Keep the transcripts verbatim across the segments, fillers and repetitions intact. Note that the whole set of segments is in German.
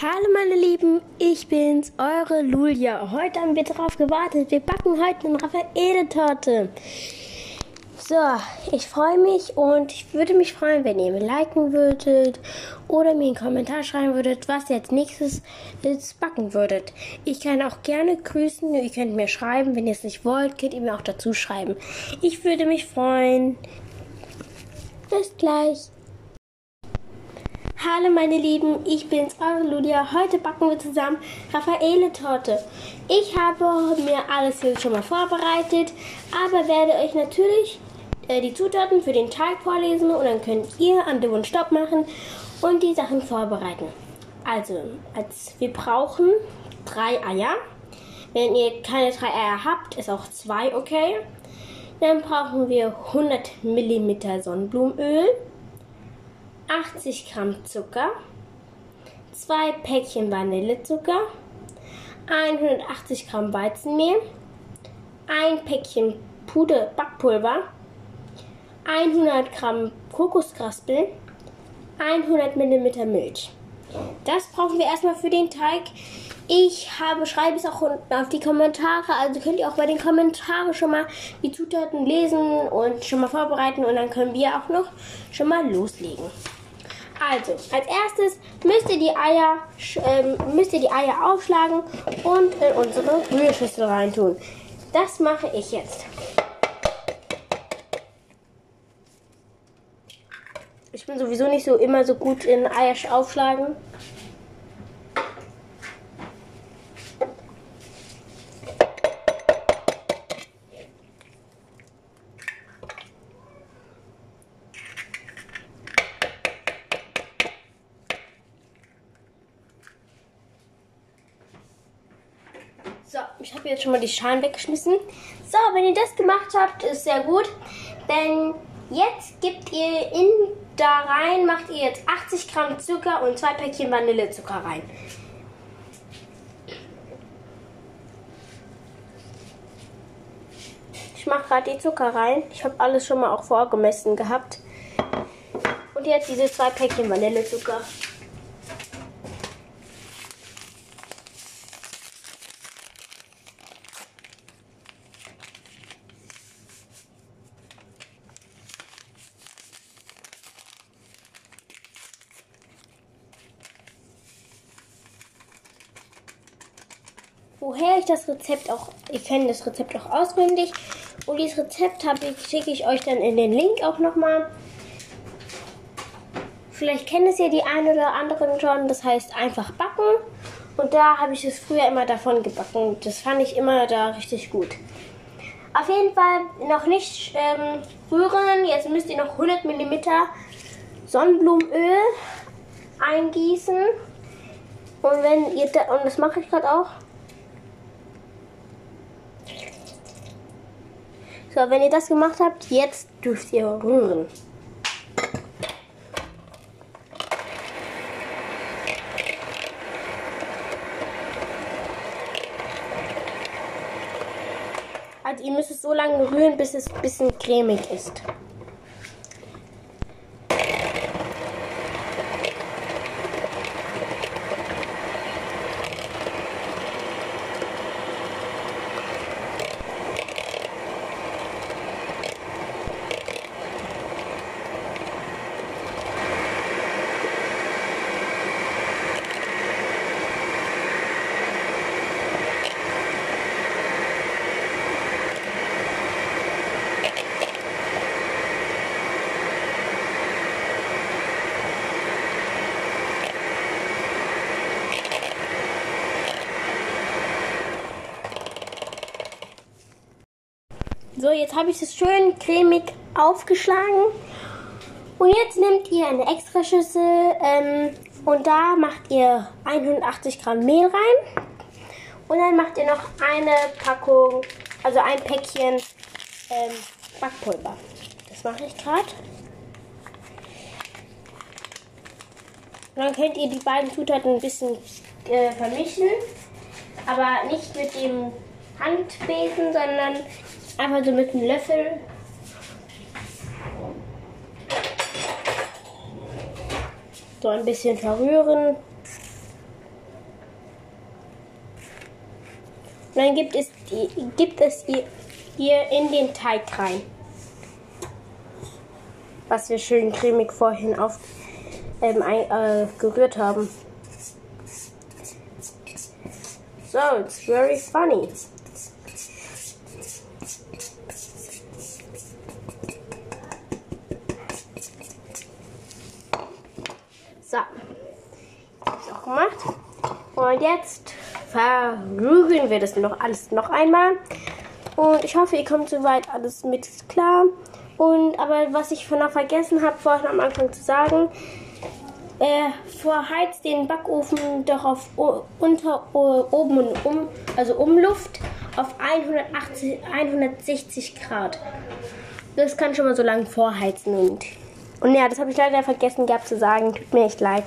Hallo meine Lieben, ich bin's, eure Lulia. Heute haben wir drauf gewartet. Wir backen heute eine Raffaele-Torte. So, ich freue mich und ich würde mich freuen, wenn ihr mir liken würdet oder mir einen Kommentar schreiben würdet, was ihr als nächstes jetzt backen würdet. Ich kann auch gerne grüßen, ihr könnt mir schreiben, wenn ihr es nicht wollt, könnt ihr mir auch dazu schreiben. Ich würde mich freuen. Bis gleich. Hallo meine Lieben, ich bin's, eure Lulia. Heute backen wir zusammen Raffaele-Torte. Ich habe mir alles hier schon mal vorbereitet, aber werde euch natürlich äh, die Zutaten für den Teig vorlesen und dann könnt ihr an dem Wunsch Stopp machen und die Sachen vorbereiten. Also, als wir brauchen drei Eier. Wenn ihr keine drei Eier habt, ist auch zwei okay. Dann brauchen wir hundert Milliliter Sonnenblumenöl, achtzig Gramm Zucker, zwei Päckchen Vanillezucker, hundertachtzig Gramm Weizenmehl, ein Päckchen Puder Backpulver, hundert Gramm Kokosraspeln, hundert Milliliter Milch. Das brauchen wir erstmal für den Teig. Ich habe, schreibe es auch unten auf die Kommentare, also könnt ihr auch bei den Kommentaren schon mal die Zutaten lesen und schon mal vorbereiten und dann können wir auch noch schon mal loslegen. Also, als erstes müsst ihr die Eier, äh, müsst ihr die Eier aufschlagen und in unsere Rührschüssel reintun. Das mache ich jetzt. Ich bin sowieso nicht so immer so gut in Eier aufschlagen. So, ich habe jetzt schon mal die Schalen weggeschmissen. So, wenn ihr das gemacht habt, ist sehr gut. Denn jetzt gebt ihr in da rein, macht ihr jetzt achtzig Gramm Zucker und zwei Päckchen Vanillezucker rein. Ich mache gerade die Zucker rein. Ich habe alles schon mal auch vorgemessen gehabt. Und jetzt diese zwei Päckchen Vanillezucker. Woher ich das Rezept auch, ich kenne das Rezept auch auswendig und dieses Rezept habe ich, schicke ich euch dann in den Link auch nochmal. Vielleicht kennen es ja die einen oder anderen schon, das heißt einfach backen und da habe ich es früher immer davon gebacken. Das fand ich immer da richtig gut. Auf jeden Fall noch nicht ähm, rühren, jetzt müsst ihr noch hundert Milliliter Sonnenblumenöl eingießen und wenn ihr da, und das mache ich gerade auch. So, wenn ihr das gemacht habt, jetzt dürft ihr rühren. Also ihr müsst es so lange rühren, bis es ein bisschen cremig ist. So, jetzt habe ich es schön cremig aufgeschlagen. Und jetzt nehmt ihr eine Extraschüssel ähm, und da macht ihr hundertachtzig Gramm Mehl rein. Und dann macht ihr noch eine Packung, also ein Päckchen ähm, Backpulver. Das mache ich gerade. Und dann könnt ihr die beiden Zutaten ein bisschen äh, vermischen. Aber nicht mit dem Handbesen, sondern einfach so mit einem Löffel. So ein bisschen verrühren. Und dann gibt es, die, gibt es ihr, ihr in den Teig rein. Was wir schön cremig vorhin auf, ähm, ein, äh, gerührt haben. So, it's very funny. So, ist auch gemacht. Und jetzt verrühren wir das noch alles noch einmal. Und ich hoffe, ihr kommt soweit alles mit klar. Und aber was ich noch vergessen habe, vorhin am Anfang zu sagen, äh, vorheizt den Backofen doch auf unter oben und um, also Umluft auf hundertachtzig, hundertsechzig Grad. Das kann schon mal so lange vorheizen und und ja, das habe ich leider vergessen gehabt zu sagen. Tut mir echt leid.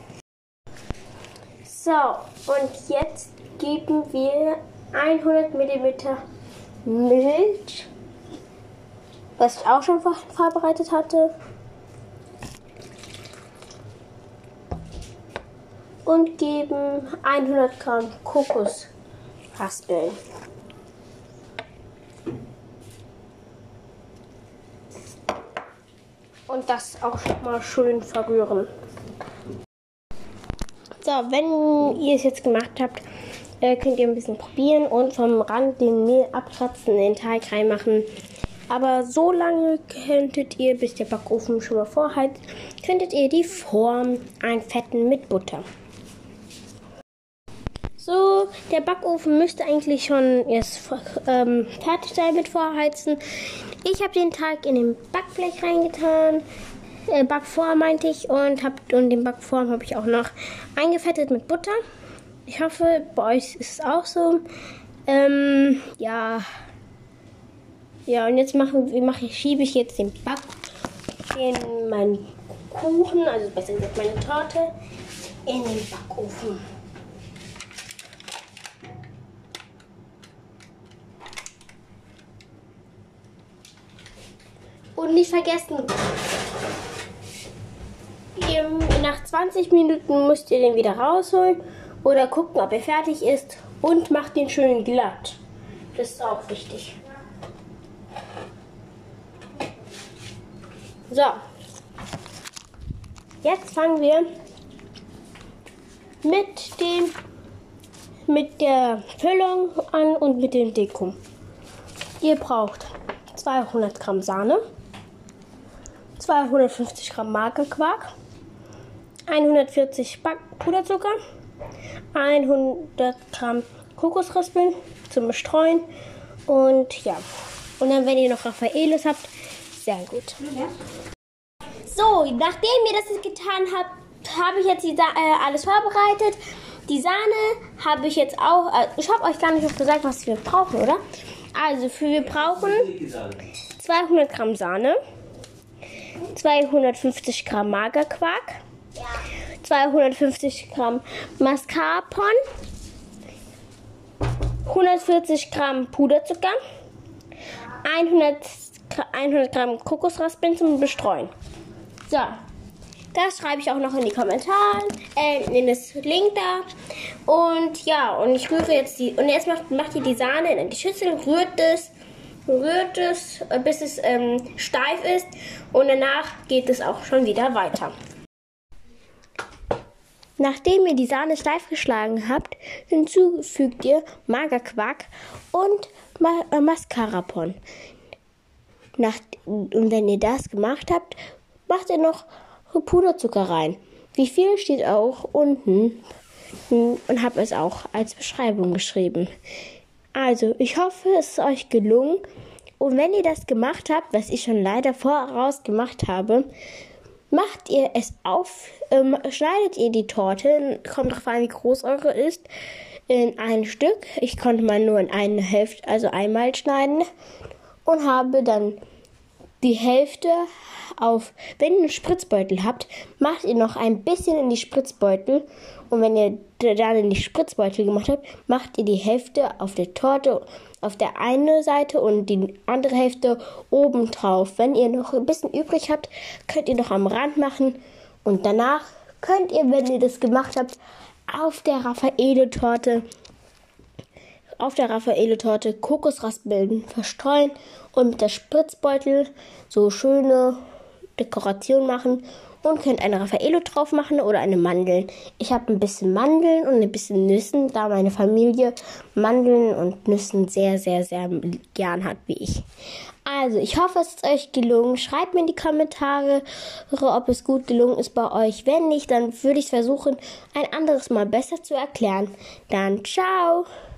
So, und jetzt geben wir hundert Milliliter Milch, was ich auch schon vorbereitet hatte. Und geben hundert Gramm Kokosraspeln. Und das auch schon mal schön verrühren. So, wenn ihr es jetzt gemacht habt, äh, könnt ihr ein bisschen probieren und vom Rand den Mehl abkratzen, in den Teig reinmachen. Aber so lange könntet ihr, bis der Backofen schon mal vorheizt, könntet ihr die Form einfetten mit Butter. So, der Backofen müsste eigentlich schon jetzt ähm, fertig sein mit Vorheizen. Ich habe den Teig in den Backblech reingetan, äh, Backform meinte ich, und, hab, und den Backform habe ich auch noch eingefettet mit Butter. Ich hoffe, bei euch ist es auch so. Ähm, ja, ja, und jetzt machen, mache ich, schiebe ich jetzt den Back, den, meinen Kuchen, also besser gesagt meine Torte, in den Backofen. Und nicht vergessen, ihr, nach zwanzig Minuten müsst ihr den wieder rausholen oder gucken, ob er fertig ist, und macht den schön glatt. Das ist auch wichtig. So, jetzt fangen wir mit dem mit der Füllung an und mit dem Deko. Ihr braucht zweihundert Gramm Sahne, zweihundertfünfzig Gramm Magerquark, hundertvierzig Puderzucker, hundert Gramm Kokosraspeln zum Bestreuen und ja. Und dann, wenn ihr noch Raffaellos habt, sehr gut. So, nachdem ihr das jetzt getan habt, habe ich jetzt die, äh, alles vorbereitet. Die Sahne habe ich jetzt auch, äh, ich habe euch gar nicht noch gesagt, was wir brauchen, oder? Also, für, wir brauchen zweihundert Gramm Sahne, zweihundertfünfzig Gramm Magerquark, zweihundertfünfzig Gramm Mascarpone, hundertvierzig Gramm Puderzucker, hundert Gramm Kokosraspeln zum Bestreuen. So, das schreibe ich auch noch in die Kommentare, äh, in das Link da. Und ja, und ich rühre jetzt die, und jetzt macht, macht ihr die Sahne in die Schüssel, rührt es, rührt es, bis es ähm, steif ist, und danach geht es auch schon wieder weiter. Nachdem ihr die Sahne steif geschlagen habt, hinzufügt ihr Magerquark und Ma- äh, Mascarpone. Nach, und wenn ihr das gemacht habt, macht ihr noch Puderzucker rein. Wie viel steht auch unten, und habe es auch als Beschreibung geschrieben. Also, ich hoffe, es ist euch gelungen. Und wenn ihr das gemacht habt, was ich schon leider voraus gemacht habe, macht ihr es auf, ähm, schneidet ihr die Torte, kommt drauf an, wie groß eure ist, in ein Stück. Ich konnte mal nur in eine Hälfte, also einmal schneiden, und habe dann die Hälfte auf, wenn ihr einen Spritzbeutel habt, macht ihr noch ein bisschen in die Spritzbeutel, und wenn ihr dann in die Spritzbeutel gemacht habt, macht ihr die Hälfte auf der Torte auf der einen Seite und die andere Hälfte oben drauf. Wenn ihr noch ein bisschen übrig habt, könnt ihr noch am Rand machen, und danach könnt ihr, wenn ihr das gemacht habt, auf der Raffaello-Torte auf der Raffaele-Torte Kokosraspeln verstreuen und mit der Spritzbeutel so schöne Dekoration machen und könnt eine Raffaello drauf machen oder eine Mandeln. Ich habe ein bisschen Mandeln und ein bisschen Nüssen, da meine Familie Mandeln und Nüssen sehr, sehr, sehr gern hat wie ich. Also, ich hoffe, es ist euch gelungen. Schreibt mir in die Kommentare, ob es gut gelungen ist bei euch. Wenn nicht, dann würde ich es versuchen, ein anderes Mal besser zu erklären. Dann ciao!